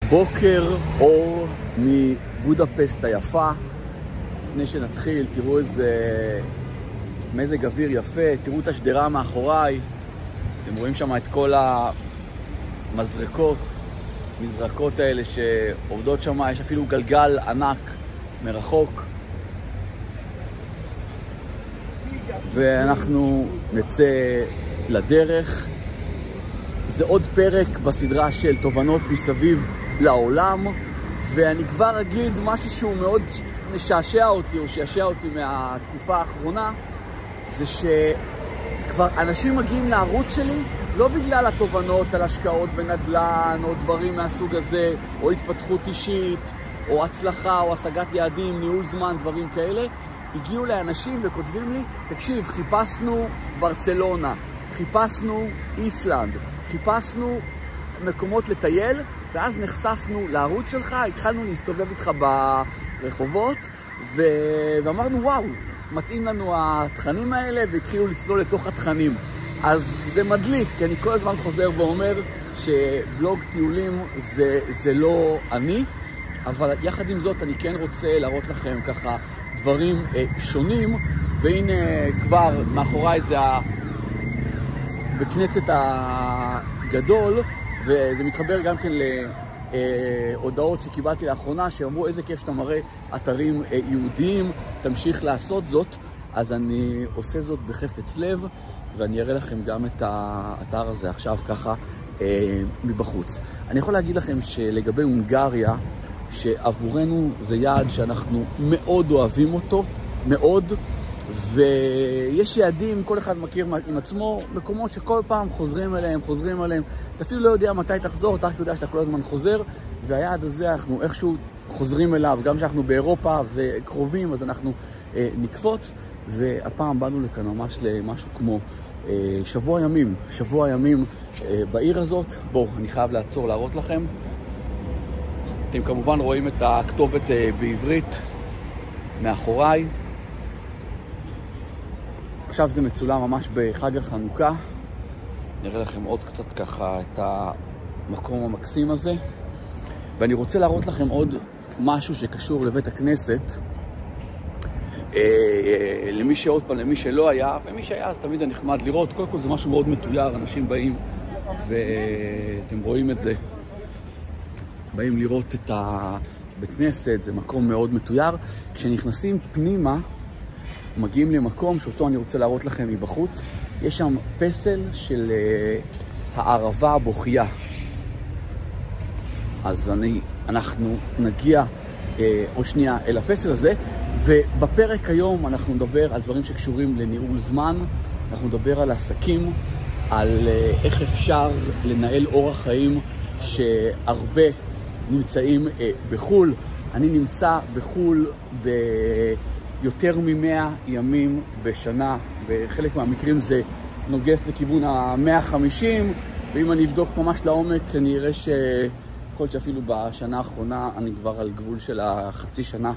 בוקר אור מבודפסט היפה. לפני שנתחיל, תראו איזה מזג אוויר יפה, תראו את השדרה מאחוריי. אתם רואים שם את כל המזרקות האלה שעובדות שם, יש אפילו גלגל ענק מרחוק. ואנחנו נצא לדרך. זה עוד פרק בסדרה של תובנות מסביב לעולם, ואני כבר אגיד משהו שהוא מאוד משעשע אותי, או שישע אותי מהתקופה האחרונה, זה שכבר אנשים מגיעים לערוץ שלי לא בגלל התובנות על השקעות בנדלן, או דברים מהסוג הזה, או התפתחות אישית, או הצלחה, או השגת יעדים, ניהול זמן, דברים כאלה. הגיעו לאנשים וכותבים לי, תקשיב, חיפשנו ברצלונה, חיפשנו איסלנד, חיפשנו מקומות לטייל, ואז נחשפנו לערוץ שלך, התחלנו להסתובב איתך ברחובות, ואמרנו, וואו, מתאים לנו התכנים האלה, והתחילו לצלול לתוך התכנים. אז זה מדליק, כי אני כל הזמן חוזר ואומר שבלוג טיולים זה לא אני, אבל יחד עם זאת אני כן רוצה להראות לכם ככה דברים שונים, והנה כבר מאחוריי זה בכנסת הגדול, וזה מתחבר גם כן להודעות שקיבלתי לאחרונה, שאמרו איזה כיף שאתה מראה אתרים יהודיים, תמשיך לעשות זאת. אז אני עושה זאת בחפץ לב, ואני אראה לכם גם את האתר הזה עכשיו ככה מבחוץ. אני יכול להגיד לכם שלגבי הונגריה, שעבורנו זה יעד שאנחנו מאוד אוהבים אותו, מאוד, ויש יעדים, כל אחד מכיר עם עצמו, מקומות שכל פעם חוזרים אליהם. אתה אפילו לא יודע מתי תחזור, אתה רק יודע שאתה כל הזמן חוזר, והיעד הזה אנחנו איכשהו חוזרים אליו, גם שאנחנו באירופה וקרובים, אז אנחנו נקפוץ, והפעם באנו לכאן ממש למשהו כמו שבוע ימים בעיר הזאת. בואו, אני חייב לעצור להראות לכם. אתם כמובן רואים את הכתובת בעברית מאחוריי. עכשיו זה מצולם ממש בחג החנוכה. נראה לכם עוד קצת ככה את המקום המקסים הזה. ואני רוצה להראות לכם עוד משהו שקשור לבית הכנסת. למי שעוד פעם, למי שלא היה, ומי שהיה אז תמיד זה נחמד לראות. קודם כל זה משהו מאוד מתויר, אנשים באים ואתם רואים את זה. באים לראות את הבית כנסת, זה מקום מאוד מתויר. כשנכנסים פנימה, מגיעים למקום שאותו אני רוצה להראות לכם מבחוץ. יש שם פסל של הערבה הבוכייה. אז אנחנו נגיע עוד שנייה אל הפסל הזה, ובפרק היום אנחנו נדבר על דברים שקשורים לניהול זמן, אנחנו נדבר על עסקים, על איך אפשר לנהל אורח חיים שהרבה נמצאים בחול. אני נמצא בחול ביותר מ-100 ימים בשנה, בחלק מהמקרים זה נוגס לכיוון ה-150, ואם אני אבדוק ממש לעומק אני אראה שיכול להיות שאפילו בשנה האחרונה אני כבר על גבול של החצי שנה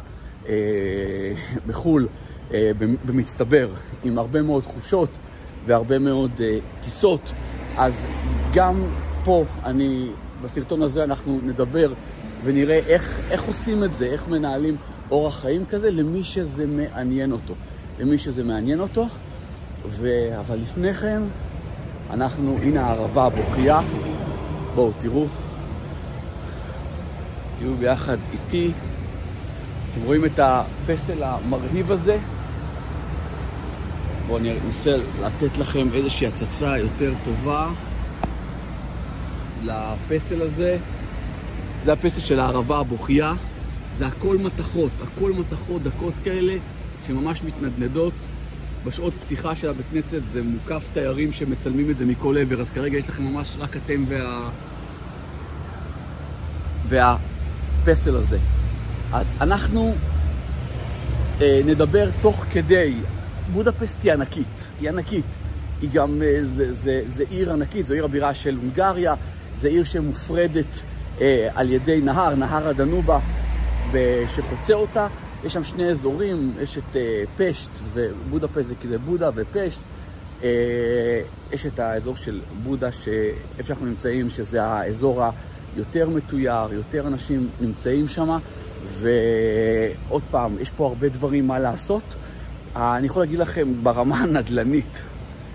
בחול במצטבר, עם הרבה מאוד חופשות והרבה מאוד טיסות. אז גם פה בסרטון הזה אנחנו נדבר ונראה איך עושים את זה, איך מנהלים אורח חיים כזה למי שזה מעניין אותו. אבל לפני כן הנה הערבה הבוכייה. בואו תראו ביחד איתי. אתם רואים את הפסל המרהיב הזה? בואו אני אנסה לתת לכם איזושהי הצצה יותר טובה לפסל הזה. זה הפסל של הערבה הבוכייה. זה הכל מתחות, דקות כאלה שממש מתנדנדות. בשעות פתיחה של הבית כנסת זה מוקף תיירים שמצלמים את זה מכל עבר, אז כרגע יש לכם ממש רק אתם והפסל הזה. אז אנחנו נדבר תוך כדי. בודפסט היא ענקית. היא גם, זה עיר ענקית, זו עיר הבירה של הונגריה, זה עיר שמופרדת על ידי נהר הדנובה שחוצה אותה. יש שם שני אזורים, יש את פשט ובודפסט, זה כזה בודה ופשט. יש את האזור של בודה שאיפה אנחנו נמצאים, שזה האזור יותר מתויר, יותר אנשים נמצאים שם, ועוד פעם, יש פה הרבה דברים מה לעשות. אני יכול להגיד לכם ברמה הנדלנית,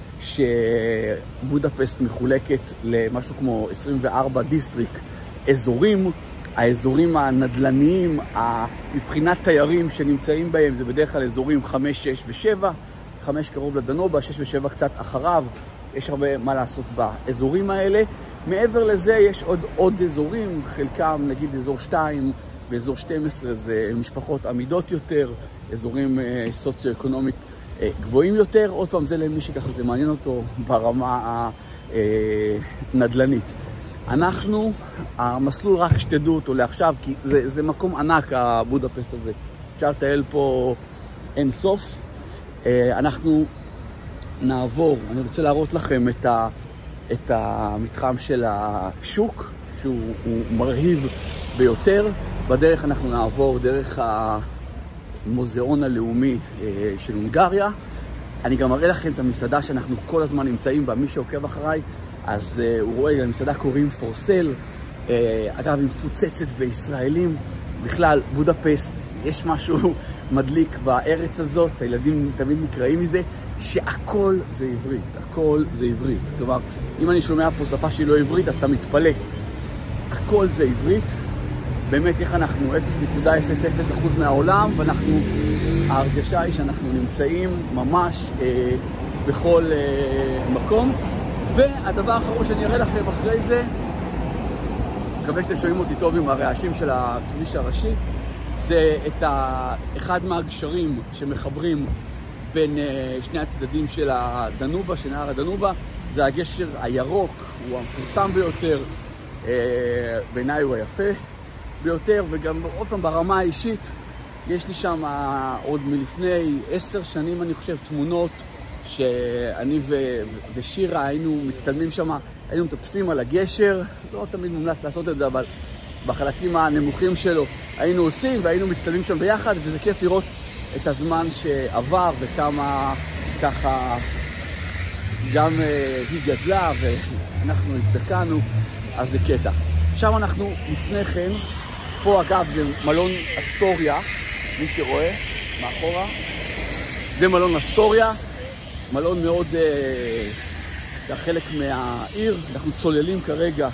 שבודפסט מחולקת למשהו כמו 24 דיסטריק אזורים. האזורים הנדלניים, מבחינת תיירים שנמצאים בהם, זה בדרך כלל אזורים 5, 6 ו-7. 5 קרוב לדנובה, 6 ו-7 קצת אחריו. יש הרבה מה לעשות באזורים האלה. מעבר לזה יש עוד אזורים, חלקם נגיד אזור 2 ואזור 12 זה משפחות עמידות יותר, אזורים סוציו-אקונומית גבוהים יותר. עוד פעם, זה למי שככה זה מעניין אותו ברמה הנדלנית. אנחנו, המסלול רק שתדעו אותו לעכשיו, כי זה מקום ענק, הבודפסט הזה. אפשר לטייל פה אין סוף. אנחנו נעבור, אני רוצה להראות לכם את המתחם של השוק, שהוא מרהיב ביותר. בדרך אנחנו נעבור דרך המוזיאון הלאומי של הונגריה. אני גם אראה לכם את המסעדה שאנחנו כל הזמן נמצאים בה. מי שעוקב אחריי, אז הוא רואה, למסעדה קוראים פורסל. אגב, היא מפוצצת בישראלים. בכלל, בודפסט, יש משהו מדליק בארץ הזאת. הילדים תמיד נקראים מזה, שהכל זה עברית. הכל זה עברית. כלומר, אם אני שומע פה שפה שהיא לא עברית, אז אתה מתפלא. הכל זה עברית. באמת, איך אנחנו 0.00% מהעולם, ואנחנו, ההרגשה היא שאנחנו נמצאים ממש בכל מקום. והדבר האחרון שאני אראה לכם אחרי זה, מקווה שאתם שומעים אותי טוב עם הרעשים של הכביש הראשי, זה אחד מהגשרים שמחברים בין שני הצדדים של הדנובה, של נהר הדנובה. זה הגשר הירוק, הוא המפורסם ביותר, בעיניי הוא היפה ביותר, וגם עוד פעם ברמה האישית, יש לי שם עוד מלפני 10 שנים אני חושב תמונות שאני ושירה היינו מצטלמים שם, היינו מטפסים על הגשר, לא תמיד מומלץ לעשות את זה, אבל בחלקים הנמוכים שלו היינו עושים והיינו מצטלמים שם ביחד, וזה כיף לראות את הזמן שעבר וכמה ככה גם היא גדלה ואנחנו הזדקנו, אז זה קטע. שם אנחנו לפני כן, פה אגב זה מלון אסטוריה, מי שרואה מאחורה, זה מלון אסטוריה, מלון מאוד, זה חלק מהעיר. אנחנו צוללים כרגע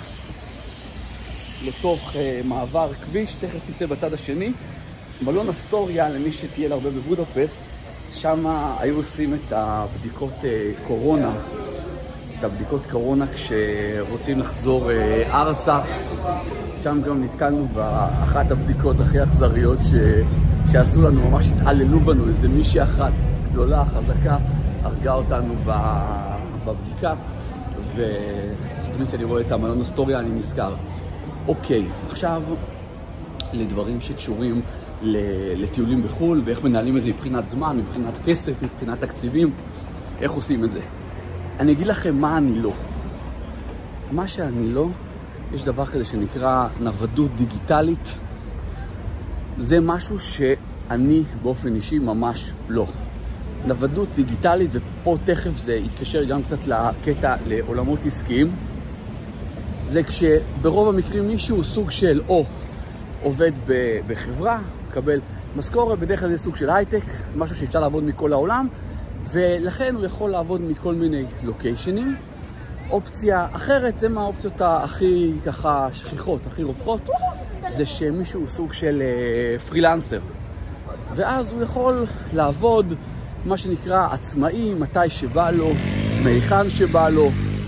לתוך מעבר כביש, תכף נצא בצד השני. מלון אסטוריה, למי שתהיה הרבה בבודפסט, שם היו עושים את הבדיקות קורונה, את הבדיקות קורונה כשרוצים לחזור ארצה. שם גם נתקלנו באחת הבדיקות הכי אכזריות שעשו לנו, ממש התעללו בנו, איזה מישהי אחת גדולה, חזקה, הרגה אותנו בבדיקה, וסתמיד שאני רואה את המלון אסטוריה אני נזכר. אוקיי, עכשיו לדברים שקשורים לטיולים בחול, ואיך מנהלים את זה מבחינת זמן, מבחינת כסף, מבחינת תקציבים, איך עושים את זה. אני אגיד לכם מה אני לא. מה שאני לא, יש דבר כזה שנקרא נוודות דיגיטלית. זה משהו שאני באופן אישי ממש לא. נוודות דיגיטלית, ופה תכף זה יתקשר גם קצת לקטע לעולמות עסקיים, זה כשברוב המקרים מישהו סוג של או עובד בחברה, מקבל משכורת, בדרך כלל זה סוג של הייטק, משהו שאפשר לעבוד מכל העולם, ולכן הוא יכול לעבוד מכל מיני לוקיישנים. אופציה אחרת, זה מהאופציות הכי ככה שכיחות, הכי רווחות, זה שמישהו סוג של פרילנסר, ואז הוא יכול לעבוד מה שנקרא עצמאי, מתי שבא לו, מהיכן שבא לו.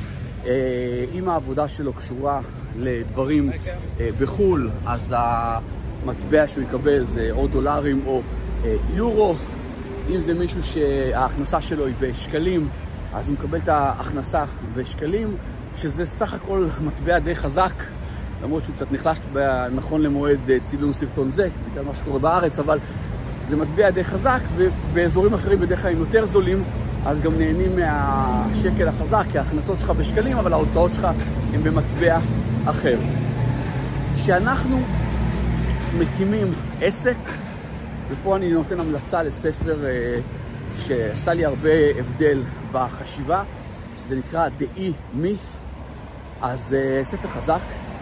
אם העבודה שלו קשורה לדברים בחול, אז המטבע שהוא יקבל זה או דולרים או יורו. אם זה מישהו שההכנסה שלו היא בשקלים, אז הוא מקבל את ההכנסה בשקלים, שזה סך הכל מטבע די חזק, למרות שהוא קצת נחלש נכון למועד צילום סרטון זה, בגלל מה שקורה בארץ, אבל זה מטבע די חזק, ובאזורים אחרים בדרך כלל הם יותר זולים, אז גם נהנים מהשקל החזק, כי ההכנסות שלך בשקלים, אבל ההוצאות שלך הן במטבע אחר. כשאנחנו מקימים עסק, ופה אני נותן המלצה לספר שעשה לי הרבה הבדל בחשיבה, שזה נקרא The E-Myth, אז ספר חזק,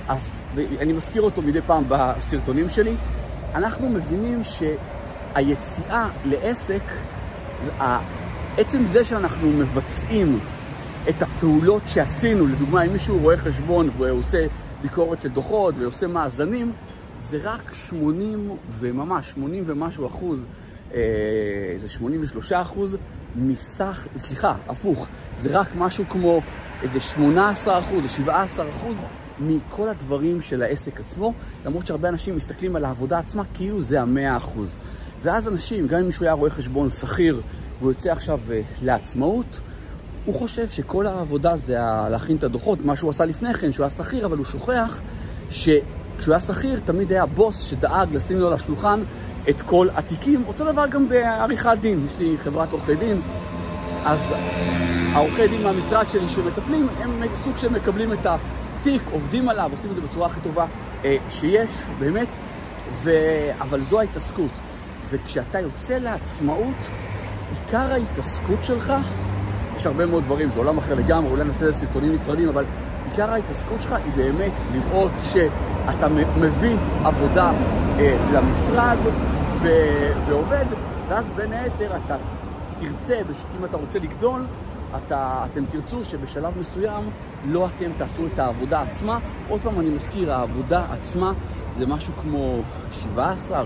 אז אני מזכיר אותו מדי פעם בסרטונים שלי. אנחנו מבינים שהיציאה לעסק, עצם זה שאנחנו מבצעים את הפעולות שעשינו, לדוגמה, אם מישהו רואה חשבון והוא עושה ביקורת של דוחות ועושה מאזנים, זה רק 80 ומשהו אחוז, זה 83% מסך, סליחה, הפוך, זה רק משהו כמו איזה 18% או 17% מכל הדברים של העסק עצמו, למרות שהרבה אנשים מסתכלים על העבודה עצמה כאילו זה 100%. ואז אנשים, גם אם מישהו היה רואה חשבון שכיר והוא יוצא עכשיו לעצמאות, הוא חושב שכל העבודה זה להכין את הדוחות, מה שהוא עשה לפני כן, שהוא היה שכיר, אבל הוא שוכח שכשהוא היה שכיר תמיד היה בוס שדאג לשים לו לשולחן את כל התיקים. אותו דבר גם בעריכת דין. יש לי חברת עורכי דין, אז העורכי דין מהמשרד שלי שמטפלים, הם סוג שמקבלים את התיק, עובדים עליו, עושים את זה בצורה הכי טובה שיש, באמת, אבל זו ההתעסקות. וכשאתה יוצא לעצמאות, עיקר ההתעסקות שלך, יש הרבה מאוד דברים, זה עולם אחר לגמרי, אולי נעשה סרטונים נפרדים, אבל עיקר ההתעסקות שלך היא באמת לראות שאתה מביא עבודה למשרד ועובד, ואז בין היתר אתה תרצה, אם אתה רוצה לגדול, אתם תרצו שבשלב מסוים לא אתם תעשו את העבודה עצמה. עוד פעם אני מזכיר, העבודה עצמה זה משהו כמו 17-18%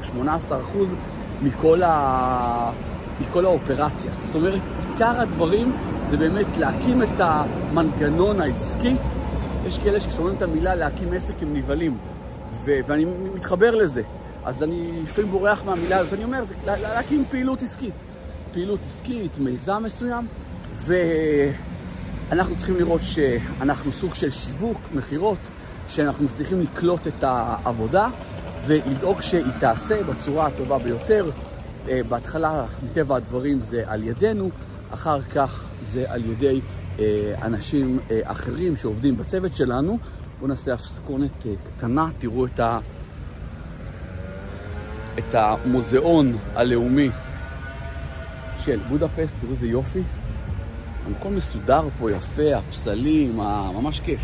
מכל האופרציה. זאת אומרת, עיקר הדברים זה באמת להקים את המנגנון העסקי. יש כאלה ששומעים את המילה להקים עסק עם נבלים, ואני מתחבר לזה. אז אני לפעמים בורח מהמילה הזאת, אני אומר, זה להקים פעילות עסקית. פעילות עסקית, מיזם מסוים, ואנחנו צריכים לראות שאנחנו סוג של שיווק, מחירות, שאנחנו מצליחים לקלוט את העבודה, ולדאוג שהיא תעשה בצורה הטובה ביותר. בהתחלה, מטבע הדברים, זה על ידינו, אחר כך זה על ידי אנשים אחרים שעובדים בצוות שלנו. בואו נעשה הפסקונת קטנה, תראו את המוזיאון הלאומי של בודפסט, תראו איזה יופי. המקום מסודר פה, יפה, הפסלים, ממש כיף.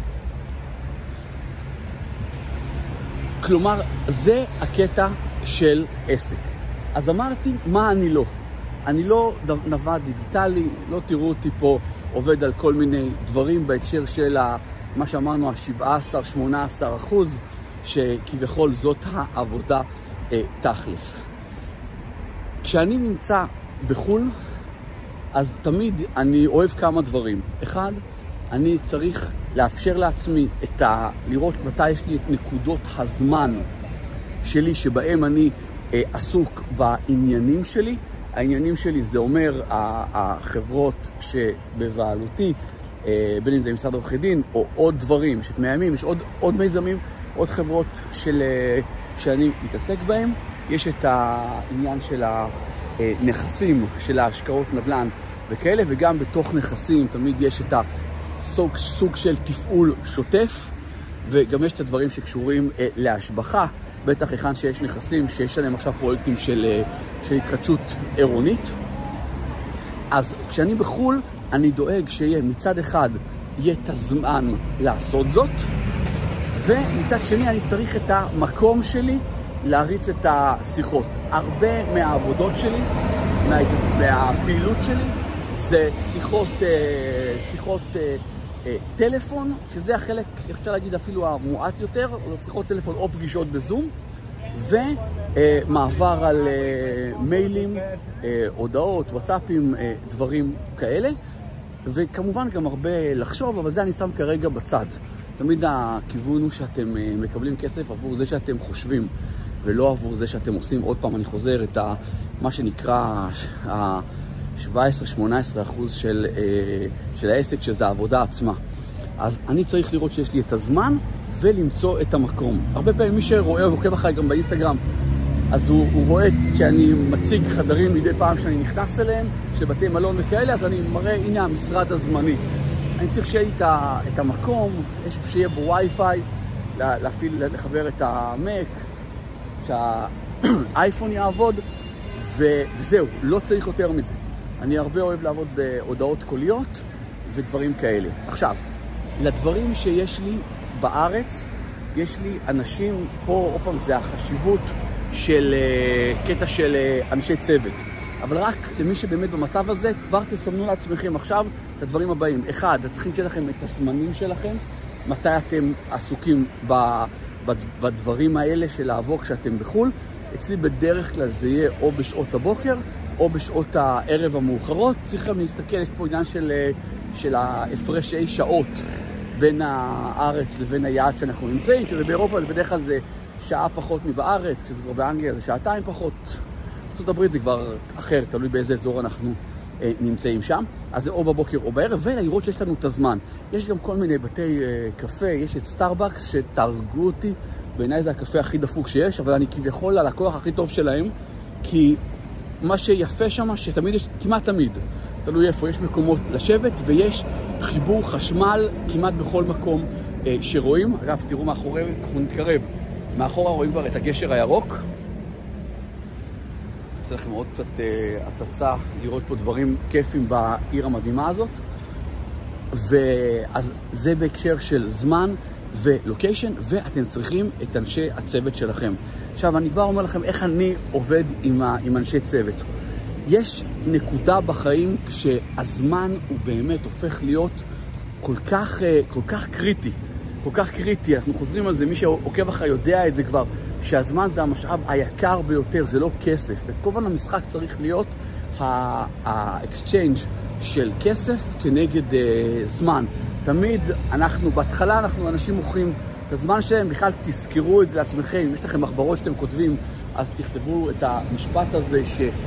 כלומר, זה הקטע של עסק. אז אמרתי, מה אני לא? אני לא נווד דיגיטלי, לא תראו אותי פה עובד על כל מיני דברים בהקשר של מה שאמרנו, ה-17-18%, שכביכול זאת העבודה תכלס. כשאני נמצא בחול, אז תמיד אני אוהב כמה דברים. אחד, אני צריך לאפשר לעצמי לראות מתי יש לי את נקודות הזמן שלי, שבהם אני עסוק בעניינים שלי. העניינים שלי זה אומר החברות שבבעלותי, בין אם זה משרד עורכי דין או עוד דברים שתמיימים, יש עוד מיזמים, עוד חברות שאני מתעסק בהם. יש את העניין של הנכסים, של ההשקעות נדל"ן וכאלה, וגם בתוך נכסים תמיד יש את הסוג של תפעול שוטף, וגם יש את הדברים שקשורים להשבחה, בטח היכן שיש נכסים שיש עליהם עכשיו פרויקטים של התחדשות עירונית. אז כשאני בחול, אני דואג שיהיה מצד אחד יהיה את הזמן לעשות זאת, ומצד שני אני צריך את המקום שלי להריץ את השיחות. הרבה מהעבודות שלי, מהפעילות שלי, זה שיחות טלפון, שזה החלק, אפשר להגיד אפילו המועט יותר, או שיחות טלפון או פגישות בזום, ומעבר על מיילים, הודעות, וואטסאפים, דברים כאלה. וכמובן גם הרבה לחשוב, אבל זה אני שם כרגע בצד. תמיד הכיוון הוא שאתם מקבלים כסף עבור זה שאתם חושבים, ולא עבור זה שאתם עושים. עוד פעם אני חוזר את מה שנקרא ה-17-18% של העסק, שזה העבודה עצמה. אז אני צריך לראות שיש לי את הזמן ולמצוא את המקום. הרבה פעמים מי שרואה ועוקב אחרי גם באינסטגרם, אז הוא רואה שאני מציג חדרים מדי פעם שאני נכנס אליהם, של בתי מלון וכאלה, אז אני מראה, הנה המשרד הזמני. אני צריך שיהיה את המקום, שיהיה בו וי-פיי, לחבר את המק, שהאייפון יעבוד, וזהו, לא צריך יותר מזה. אני הרבה אוהב לעבוד בהודעות קוליות ודברים כאלה. עכשיו, לדברים שיש לי בארץ, יש לי אנשים פה, עוד פעם, זה החשיבות של קטע של אנשי צוות. אבל רק למי שבאמת במצב הזה, כבר תסמנו לעצמכם עכשיו את הדברים הבאים. אחד, אתם צריכים שלכם את הזמנים שלכם, מתי אתם עסוקים בדברים האלה של לעבור כשאתם בחול. אצלי בדרך כלל זה יהיה או בשעות הבוקר, או בשעות הערב המאוחרות. צריכים להסתכל, יש פה עניין של ההפרשי שעות בין הארץ לבין היעד שאנחנו נמצאים, שזה באירופה בדרך כלל זה שעה פחות מבארץ, כשזה כבר באנגליה זה שעתיים פחות. בארצות הברית זה כבר אחר, תלוי באיזה אזור אנחנו נמצאים שם. אז זה או בבוקר או בערב, ולראות שיש לנו את הזמן. יש גם כל מיני בתי קפה, יש את סטארבקס שתרגו אותי, בעיניי זה הקפה הכי דפוק שיש, אבל אני כביכול הלקוח הכי טוב שלהם, כי מה שיפה שם, שתמיד יש, כמעט תמיד, תלוי איפה, יש מקומות לשבת, ויש חיבור חשמל כמעט בכל מקום שרואים. אגב, תראו מאחורי, אנחנו נתקרב. מאחורה רואים כבר את הגשר הירוק. עושה לכם עוד קצת הצצה, לראות פה דברים כיפים בעיר המדהימה הזאת. ואז זה בהקשר של זמן ולוקיישן, ואתם צריכים את אנשי הצוות שלכם. עכשיו, אני כבר אומר לכם איך אני עובד עם אנשי צוות. יש נקודה בחיים שהזמן הוא באמת הופך להיות כל כך קריטי. כל כך קריטי, אנחנו חוזרים על זה, מי שעוקב אחרי יודע את זה כבר, שהזמן זה המשאב היקר ביותר, זה לא כסף. וכל פעם המשחק צריך להיות האקסצ'יינג' של כסף כנגד זמן. תמיד בהתחלה אנחנו אנשים מוכרים את הזמן שלהם, בכלל תזכרו את זה לעצמכם. אם יש לכם מחברות שאתם כותבים, אז תכתבו את המשפט הזה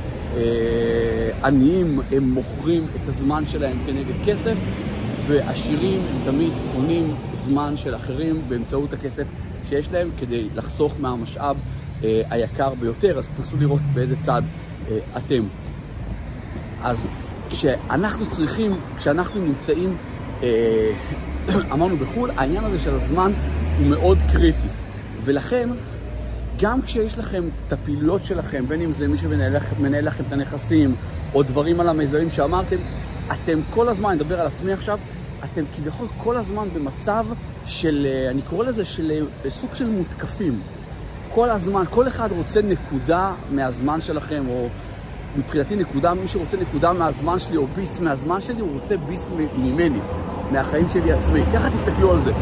שעניים הם מוכרים את הזמן שלהם כנגד כסף, ועשירים הם תמיד קונים זמן של אחרים באמצעות הכסף שיש להם כדי לחסוך מהמשאב היקר ביותר. אז תנסו לראות באיזה צד אתם. אז כשאנחנו נמצאים, אמרנו בחול, העניין הזה של הזמן הוא מאוד קריטי. ולכן, גם כשיש לכם את הפעילויות שלכם, בין אם זה מי שמנהל לכם את הנכסים, או דברים על המיזמים שאמרתם, אתם כל הזמן, אני מדבר על עצמי עכשיו, אתם כביכול כל הזמן במצב של, אני קורא לזה של סוג של מותקפים. כל הזמן, כל אחד רוצה נקודה מהזמן שלכם, או מבחינתי נקודה, מי שרוצה נקודה מהזמן שלי, או ביס מהזמן שלי, הוא רוצה ביס ממני, מהחיים שלי עצמי. ככה תסתכלו על זה.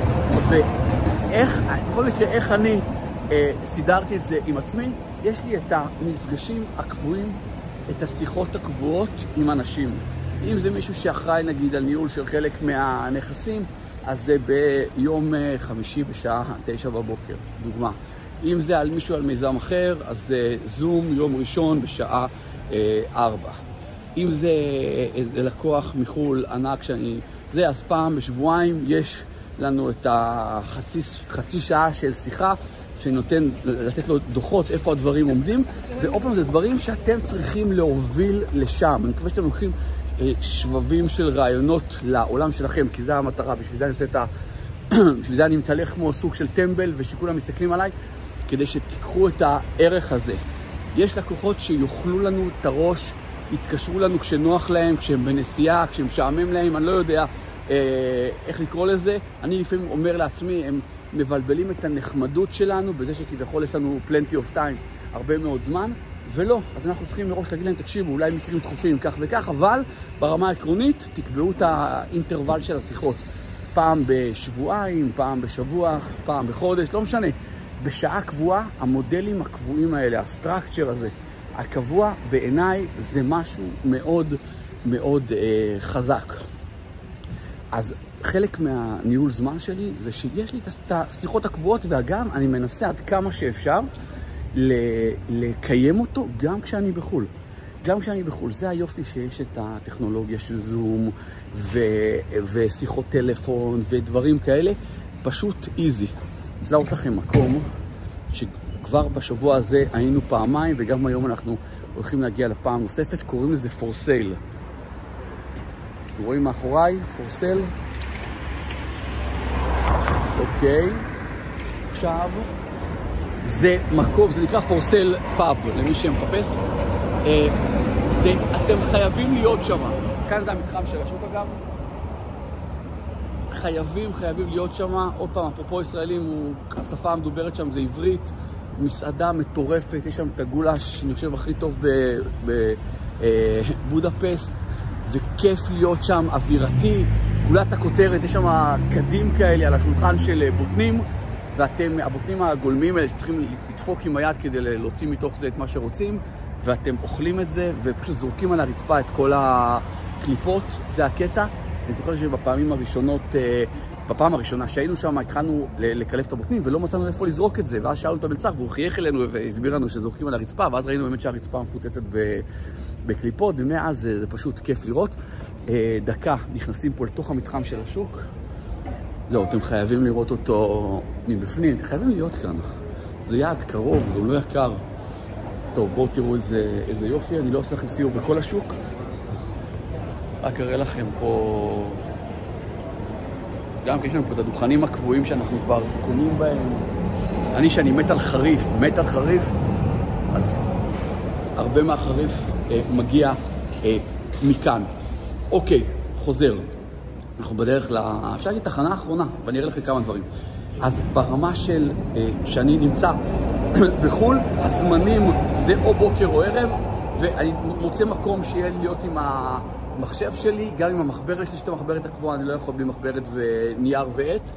בכל מקרה, איך אני סידרתי את זה עם עצמי, יש לי את המפגשים הקבועים, את השיחות הקבועות עם אנשים. אם זה מישהו שאחראי נגיד על ניהול של חלק מהנכסים, אז זה ביום חמישי בשעה 9 בבוקר, דוגמה. אם זה על מישהו על מיזם אחר, אז זה זום יום ראשון בשעה 4. אם זה לקוח מחול ענק אז פעם בשבועיים יש לנו את החצי שעה של שיחה, שנותן לתת לו דוחות איפה הדברים עומדים, ועוד פעם זה דברים שאתם צריכים להוביל לשם. אני מקווה שאתם לוקחים שבבים של רעיונות לעולם שלכם, כי זה המטרה, בשביל זה אני מתהלך כמו סוג של טמבל, ושכולם מסתכלים עליי, כדי שתיקחו את הערך הזה. יש לקוחות שיוכלו לנו את הראש, יתקשרו לנו כשנוח להם, כשהם בנסיעה, כשהם משעמם להם, אני לא יודע איך לקרוא לזה. אני לפעמים אומר לעצמי, הם מבלבלים את הנחמדות שלנו, בזה שכביכול יש לנו plenty of time, הרבה מאוד זמן, ולא. אז אנחנו צריכים מראש להגיד להם, תקשיבו, אולי מקרים דחופים כך וכך, אבל ברמה העקרונית תקבעו את האינטרוול של השיחות. פעם בשבועיים, פעם בשבוע, פעם בחודש, לא משנה. בשעה קבועה, המודלים הקבועים האלה, הסטרקצ'ר הזה, הקבוע בעיניי זה משהו מאוד מאוד חזק. אז חלק מהניהול זמן שלי זה שיש לי את השיחות הקבועות, וגם אני מנסה עד כמה שאפשר לקיים אותו גם כשאני בחול. גם כשאני בחול. זה היופי שיש את הטכנולוגיה של זום ושיחות טלפון ודברים כאלה. פשוט איזי. אז להראות לכם מקום שכבר בשבוע הזה היינו פעמיים, וגם היום אנחנו הולכים להגיע לפעם נוספת. קוראים לזה for sale. רואים מאחוריי, for sale. אוקיי. עכשיו, זה מקום, זה נקרא for sale pub, למי שמחפש. אתם חייבים להיות שם. כאן זה המתחם של השוק אגב. חייבים להיות שם. עוד פעם, אפרופו ישראלים, השפה המדוברת שם זה עברית, מסעדה מטורפת, יש שם את הגולש, אני חושב, הכי טוב בבודפסט, וכיף להיות שם, אווירתי, גולת הכותרת, יש שם קדים כאלה על השולחן של בוטנים, ואתם, הבוטנים הגולמים האלה שצריכים לדפוק עם היד כדי להוציא מתוך זה את מה שרוצים, ואתם אוכלים את זה, ופשוט זורקים על הרצפה את כל הקליפות, זה הקטע. אני זוכר בפעם הראשונה שהיינו שם, התחלנו לקלף את הבוטנים, ולא מצאנו איפה לזרוק את זה, ואז שאלנו את המלצר, והוא חייך אלינו והסביר לנו שזורקים על הרצפה, ואז ראינו באמת שהרצפה מפוצצת בקליפות, ומאז זה פשוט כיף לראות. דקה, נכנסים פה לתוך המתחם של השוק. זהו, אתם חייבים לראות אותו מבפנים, אתם חייבים להיות כאן. זה יעד קרוב, גם לא יקר. טוב, בואו תראו איזה יופי, אני לא עושה לכם סיור בכל השוק. רק אראה לכם פה, גם כי יש לנו פה את הדוכנים הקבועים שאנחנו כבר קונים בהם. שאני מת על חריף, אז הרבה מהחריף מגיע מכאן. אוקיי, חוזר. אנחנו בדרך אפשר להגיד תחנה האחרונה, ואני אראה לכם כמה דברים. אז ברמה של שאני נמצא בחול, הזמנים זה או בוקר או ערב, ואני מוצא מקום שיהיה להיות עם המחשב שלי, גם עם המחברת שלי, שאת המחברת הקבועה, אני לא יכול בלי מחברת ונייר ועט,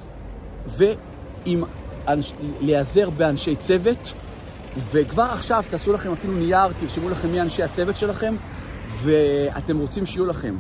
ועם להיעזר באנשי צוות, וכבר עכשיו תעשו לכם אפילו נייר, תרשמו לכם מי אנשי הצוות שלכם, ואתם רוצים שיהיו לכם.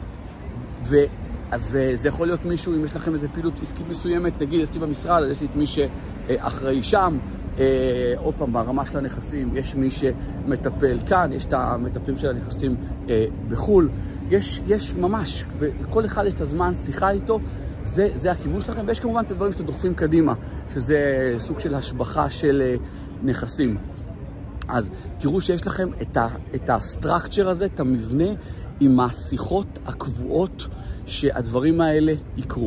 וזה יכול להיות מישהו, אם יש לכם איזו פעילות עסקית מסוימת, נגיד, יש לי במשרד, יש לי את מי שאחראי שם, עוד פעם, ברמה של הנכסים, יש מי שמטפל כאן, יש את המטפלים של הנכסים בחול, יש ממש, וכל אחד יש את הזמן, שיחה איתו, זה הכיוון שלכם, ויש כמובן את הדברים שאתם דוחפים קדימה, שזה סוג של השבחה של נכסים. אז תראו שיש לכם את הסטרקצ'ר הזה, את המבנה, עם השיחות הקבועות שהדברים האלה יקרו.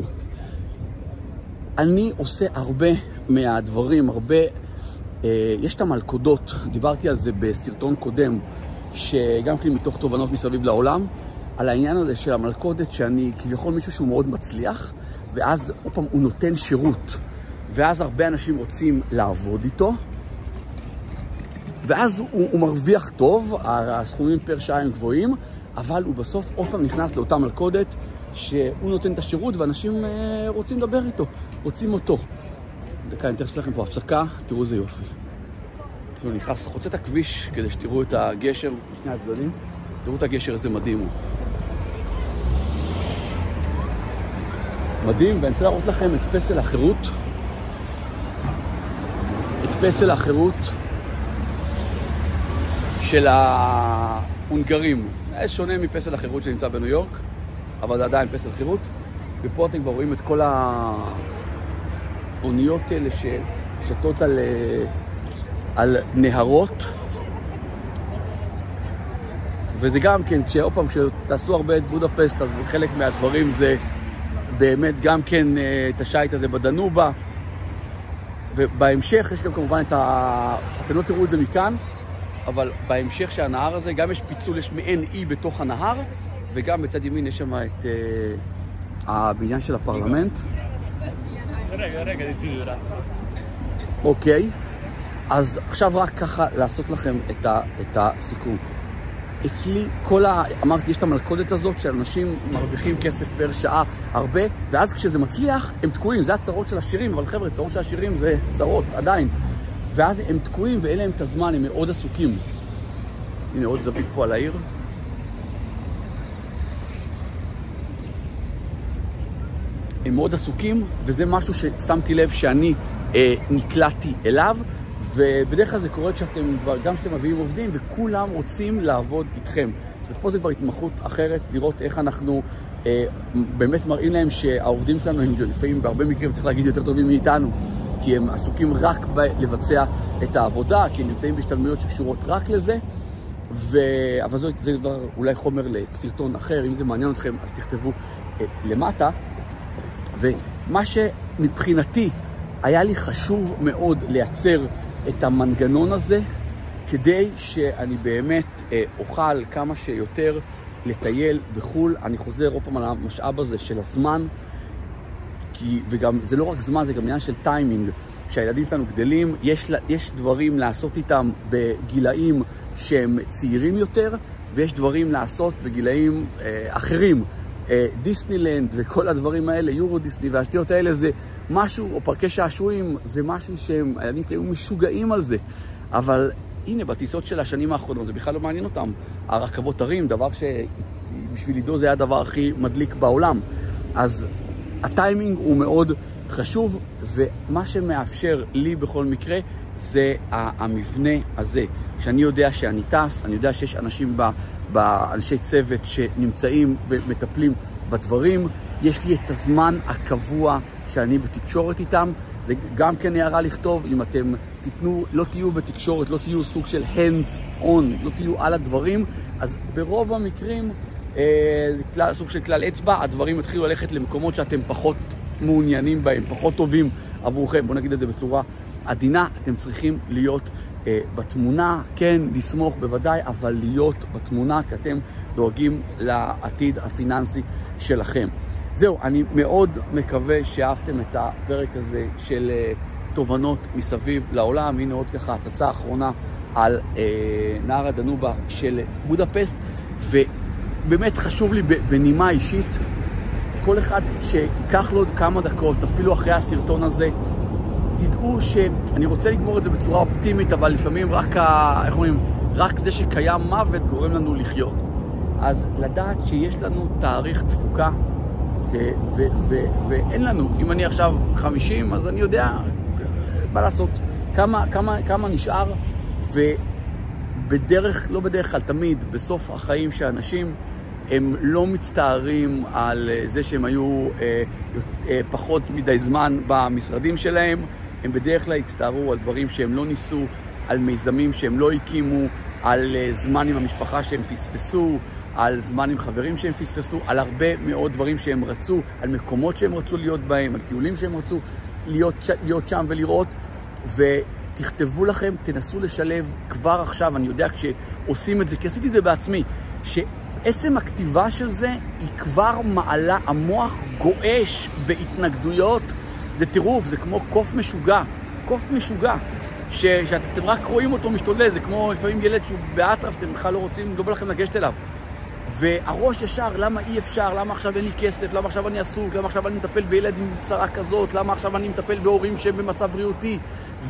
אני עושה הרבה מהדברים, יש את המלכודות, דיברתי על זה בסרטון קודם, שגם כן מתוך תובנות מסביב לעולם, על העניין הזה של המלכודת, שאני כביכול מישהו שהוא מאוד מצליח, ואז עוד פעם הוא נותן שירות, ואז הרבה אנשים רוצים לעבוד איתו, ואז הוא מרוויח טוב, הסכומים פר שעה הם גבוהים, אבל הוא בסוף עוד פעם נכנס לאותה מלכודת, שהוא נותן את השירות, ואנשים רוצים לדבר איתו, רוצים אותו. דקה, אני תכף אעשה לכם פה הפסקה, תראו איזה יופי. אני נכנס, חוצה את הכביש כדי שתראו את הגשר בשני הצדדים. תראו את הגשר, איזה מדהים הוא. מדהים, ואני רוצה להראות לכם את פסל החירות. את פסל החירות של ההונגרים. זה שונה מפסל החירות שנמצא בניו יורק, אבל זה עדיין פסל חירות. ופה אתם כבר רואים את כל האוניות האלה ששתות על נהרות. וזה גם כן, כשתעשו הרבה את בודפסט, אז חלק מהדברים זה באמת גם כן את השייט הזה בדנובה. ובהמשך יש גם כמובן אתם לא תראו את זה מכאן, אבל בהמשך שהנהר הזה, גם יש פיצול, יש מעין אי בתוך הנהר, וגם בצד ימין יש שם את הבניין של הפרלמנט. רגע, אוקיי, אז עכשיו רק ככה לעשות לכם את הסיכום. אצלי אמרתי, יש את המלכודת הזאת שאנשים מרוויחים כסף פר שעה הרבה, ואז כשזה מצליח הם תקועים, זה הצרות של השירים, אבל חבר'ה, צרות של השירים זה צרות עדיין. ואז הם תקועים ואין להם את הזמן, הם מאוד עסוקים. הנה עוד זווית פה על העיר. הם מאוד עסוקים, וזה משהו ששמתי לב שאני נקלעתי אליו, ובדרך כלל זה קורה גם שאתם מביאים עובדים וכולם רוצים לעבוד איתכם. ופה זה כבר התמחות אחרת, לראות איך אנחנו באמת מראים להם שהעובדים שלנו הם לפעמים בהרבה מקרים צריך להגיד יותר טובים מאיתנו, כי הם עסוקים רק לבצע את העבודה, כי הם נמצאים בהשתלמויות שקשורות רק לזה, אבל זה כבר אולי חומר לסרטון אחר, אם זה מעניין אתכם אז תכתבו למטה. ומה שמבחינתי היה לי חשוב מאוד לייצר את המנגנון הזה, כדי שאני באמת אוכל כמה שיותר לטייל בחול. אני חוזר עוד פעם על המשאב הזה של הזמן. וגם זה לא רק זמן, זה גם עניין של טיימינג. כשהילדים שלנו גדלים, יש דברים לעשות איתם בגילאים שהם צעירים יותר, ויש דברים לעשות בגילאים אחרים. דיסנילנד וכל הדברים האלה, יורו דיסני והשטויות האלה, זה משהו, או פארקי שעשועים, זה משהו שהם, הילדים שלי היו משוגעים על זה. אבל הנה, בטיסות של השנים האחרונות, זה בכלל לא מעניין אותם. הרכבות הרים, דבר שבשביל עידו זה היה הדבר הכי מדליק בעולם. אז הטיימינג הוא מאוד חשוב, ומה שמאפשר לי בכל מקרה זה המבנה הזה. שאני יודע שאני טס, אני יודע שיש אנשים באנשי צוות שנמצאים ומטפלים בדברים. יש לי את הזמן הקבוע שאני בתקשורת איתם. זה גם כן הערה לכתוב, אם אתם תיתנו, לא תהיו בתקשורת, לא תהיו סוג של hands on, לא תהיו על הדברים, אז ברוב המקרים, סוג של כלל אצבע, הדברים התחילו ללכת למקומות שאתם פחות מעוניינים בהם, פחות טובים עבורכם. בואו נגיד את זה בצורה עדינה, אתם צריכים להיות בתמונה, כן, לסמוך בוודאי, אבל להיות בתמונה, כי אתם דואגים לעתיד הפיננסי שלכם. זהו, אני מאוד מקווה שאהבתם את הפרק הזה של תובנות מסביב לעולם. הנה עוד ככה הצצה האחרונה על נהר הדנובה של בודפסט, ובאמת חשוב לי בנימה אישית, כל אחד שיקח לו כמה דקות, אפילו אחרי הסרטון הזה, תדעו שאני רוצה לגמור את זה בצורה אופטימית, אבל לפעמים רק זה שקיים מוות גורם לנו לחיות. אז לדעת שיש לנו תאריך תפוקה, ואין לנו, אם אני עכשיו 50, אז אני יודע מה לעשות, כמה נשאר, ובדרך, לא בדרך כלל, תמיד, בסוף החיים שאנשים, הם לא מצטערים על זה שהם היו פחות מדי זמן במשרדים שלהם, הם בדרך כלל הצטערו על דברים שהם לא ניסו, על מיזמים שהם לא הקימו, על זמן עם המשפחה שהם פספסו, על זמן עם חברים שהם פספסו, על הרבה מאוד דברים שהם רצו, על מקומות שהם רצו להיות בהם, על טיולים שהם רצו להיות שם ולראות, ותכתבו לכם, תנסו לשלב כבר עכשיו. אני יודע כשעושים את זה, כי עשיתי את זה בעצמי, שעצם הכתיבה של זה היא כבר מעלה, המוח גואש בהתנגדויות, זה טירוף, זה כמו קוף משוגע, שאתם רק רואים אותו משתולל, זה כמו לפעמים ילד שהוא באטרף, אתם בכלל לא רוצים, לא בא לכם לגשת אליו. והראש ישר, למה אי אפשר? למה עכשיו אין לי כסף? למה עכשיו אני עסוק? למה עכשיו אני מטפל בילד עם צרה כזאת? למה עכשיו אני מטפל בהורים שהם במצב בריאותי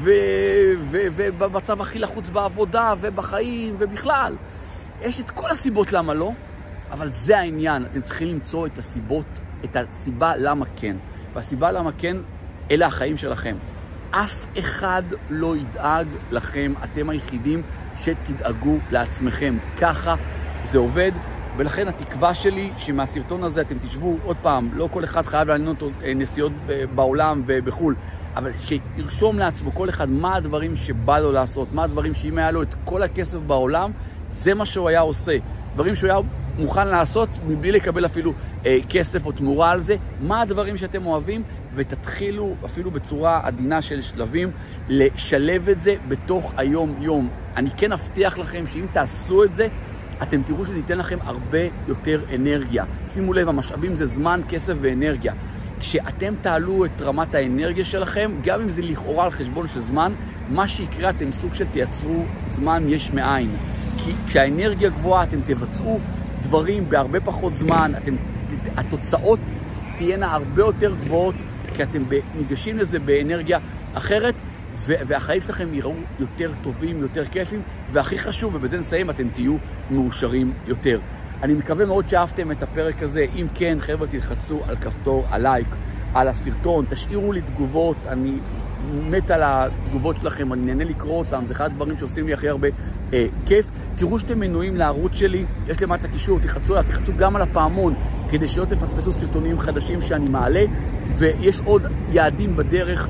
ובמצב הכי לחוץ בעבודה ובחיים ובכלל? יש את כל הסיבות למה לא, אבל זה העניין. אתם צריכים למצוא את הסיבה למה כן. והסיבה למה כן, אלה החיים שלכם. אף אחד לא ידאג לכם, אתם היחידים שתדאגו לעצמכם. ככה זה עובד. ולכן התקווה שלי שמהסרטון הזה אתם תשבו עוד פעם, לא כל אחד חייב לעניין אותו נסיעות בעולם ובחול, אבל שירשום לעצמו כל אחד מה הדברים שבא לו לעשות, מה הדברים שאם היה לו את כל הכסף בעולם, זה מה שהוא היה עושה. דברים שהוא היה מוכן לעשות מבלי לקבל אפילו כסף או תמורה על זה, מה הדברים שאתם אוהבים, ותתחילו אפילו בצורה עדינה של שלבים לשלב את זה בתוך היום-יום. אני כן אבטיח לכם שאם תעשו את זה, אתם תראו שזה ייתן לכם הרבה יותר אנרגיה. שימו לב, המשאבים זה זמן, כסף ואנרגיה. כשאתם תעלו את רמת האנרגיה שלכם, גם אם זה לכאורה על חשבון של זמן, מה שיקרה אתם סוג של תייצרו זמן יש מאין. כי כשהאנרגיה גבוהה אתם תבצעו דברים בהרבה פחות זמן, התוצאות תהיינה הרבה יותר גבוהות, כי אתם ניגשים לזה באנרגיה אחרת, והחיים שלכם יראו יותר טובים, יותר כיפים, והכי חשוב, ובזה נסיים, אתם תהיו מאושרים יותר. אני מקווה מאוד שאהבתם את הפרק הזה. אם כן, חבר'ה, תלחצו על כפתור הלייק, על הסרטון, תשאירו לי תגובות, אני מת על התגובות שלכם, אני נהנה לקרוא אותם, זה אחד הדברים שעושים לי הכי הרבה כיף. תראו שאתם מנויים לערוץ שלי, יש למטה קישור, תלחצו גם על הפעמון, כדי שלא תפספסו סרטונים חדשים שאני מעלה, ויש עוד יעדים בדרך,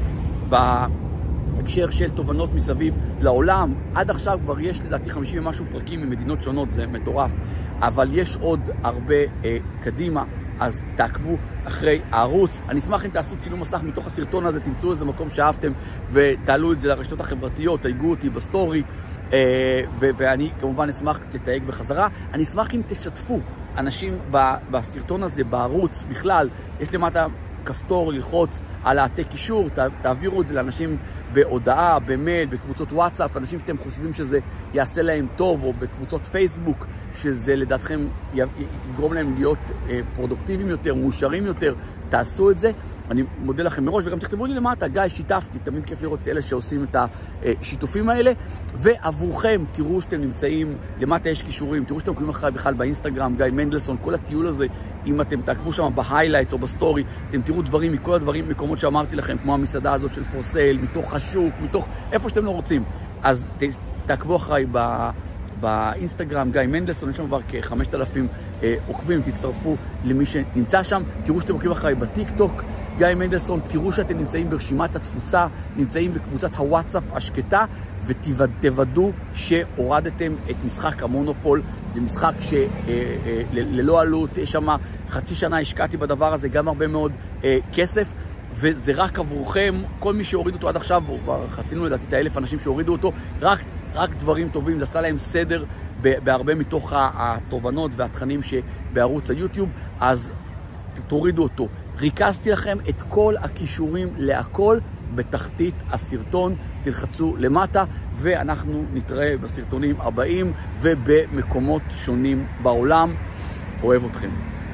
בהקשר של תובנות מסביב לעולם. עד עכשיו כבר יש לדעתי 50 ומשהו פרקים ממדינות שונות, זה מטורף, אבל יש עוד הרבה קדימה, אז תעקבו אחרי הערוץ. אני אשמח אם תעשו צילום מסך מתוך הסרטון הזה, תמצאו איזה מקום שאהבתם ותעלו את זה לרשתות החברתיות, תייגו אותי בסטורי, ואני כמובן אשמח לתייג בחזרה. אני אשמח אם תשתפו אנשים בסרטון הזה, בערוץ בכלל. יש למטה כפתור, ללחוץ על העתק קישור, תעבירו את זה לאנשים בהודעה, במייל, בקבוצות וואטסאפ, אנשים שאתם חושבים שזה יעשה להם טוב, או בקבוצות פייסבוק, שזה לדעתכם יגרום להם להיות פרודוקטיביים יותר, מאושרים יותר, תעשו את זה. אני מודה לכם מראש, וגם תכתבו לי למטה, גיא, שיתפתי, תמיד כיף לראות את אלה שעושים את השיתופים האלה, ועבורכם, תראו שאתם נמצאים, למטה יש קישורים, תראו שאתם עוקבים אחריי בכלל באינסטגרם, גיא מנדלסון, כל הטיול הזה, אם אתם תעקבו שם בהיילייטס או בסטורי, אתם תראו דברים מכל הדברים, מקומות שאמרתי לכם, כמו המסעדה הזאת של פורסייל, מתוך השוק, מתוך איפה שאתם לא רוצים. אז תעקבו אחריי באינסטגרם, גיא מנדלסון, יש שם כבר כ-5,000 עוקבים, תצטרפו למי שנמצא שם, תראו שאתם עוקבים אחריי בטיק טוק, גיא מנדלסון, תראו שאתם נמצאים ברשימת התפוצה, נמצאים בקבוצת הוואטסאפ השקטה, ותוודאו שהורדתם את משחק המונופול. זה משחק שללא עלות, יש שם חצי שנה השקעתי בדבר הזה, גם הרבה מאוד כסף, וזה רק עבורכם, כל מי שהוריד אותו עד עכשיו, כבר חצינו לדעתי את 1,000 אנשים שהורידו אותו, רק דברים טובים, זה עשה להם סדר בהרבה מתוך התובנות והתכנים שבערוץ היוטיוב, אז תורידו אותו. ריכזתי לכם את כל הכישורים להכל בתחתית הסרטון, תלחצו למטה, ואנחנו נתראה בסרטונים הבאים ובמקומות שונים בעולם. אוהב אתכם.